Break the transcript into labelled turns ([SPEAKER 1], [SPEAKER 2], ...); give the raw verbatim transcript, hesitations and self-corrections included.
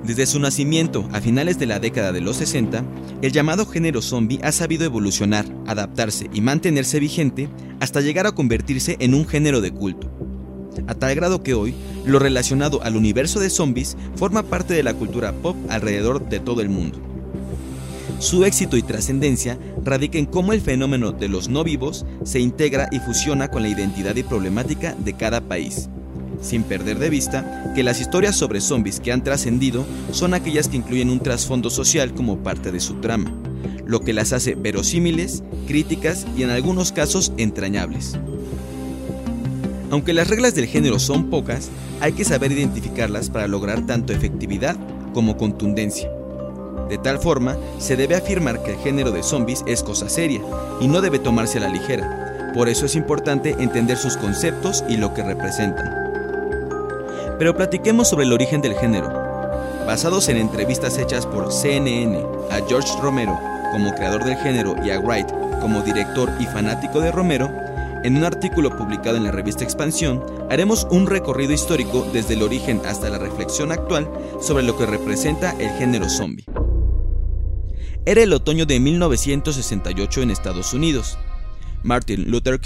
[SPEAKER 1] Desde su nacimiento a finales de la década de los sesenta, el llamado género zombie ha sabido evolucionar, adaptarse y mantenerse vigente hasta llegar a convertirse en un género de culto. A tal grado que hoy, lo relacionado al universo de zombies forma parte de la cultura pop alrededor de todo el mundo. Su éxito y trascendencia radica en cómo el fenómeno de los no vivos se integra y fusiona con la identidad y problemática de cada país, sin perder de vista que las historias sobre zombies que han trascendido son aquellas que incluyen un trasfondo social como parte de su trama, lo que las hace verosímiles, críticas y en algunos casos entrañables. Aunque las reglas del género son pocas, hay que saber identificarlas para lograr tanto efectividad como contundencia. De tal forma, se debe afirmar que el género de zombies es cosa seria y no debe tomarse a la ligera. Por eso es importante entender sus conceptos y lo que representan. Pero platiquemos sobre el origen del género. Basados en entrevistas hechas por C N N a George Romero como creador del género y a Wright como director y fanático de Romero, en un artículo publicado en la revista Expansión, haremos un recorrido histórico desde el origen hasta la reflexión actual sobre lo que representa el género zombie. Era el otoño de mil novecientos sesenta y ocho en Estados Unidos. Martin Luther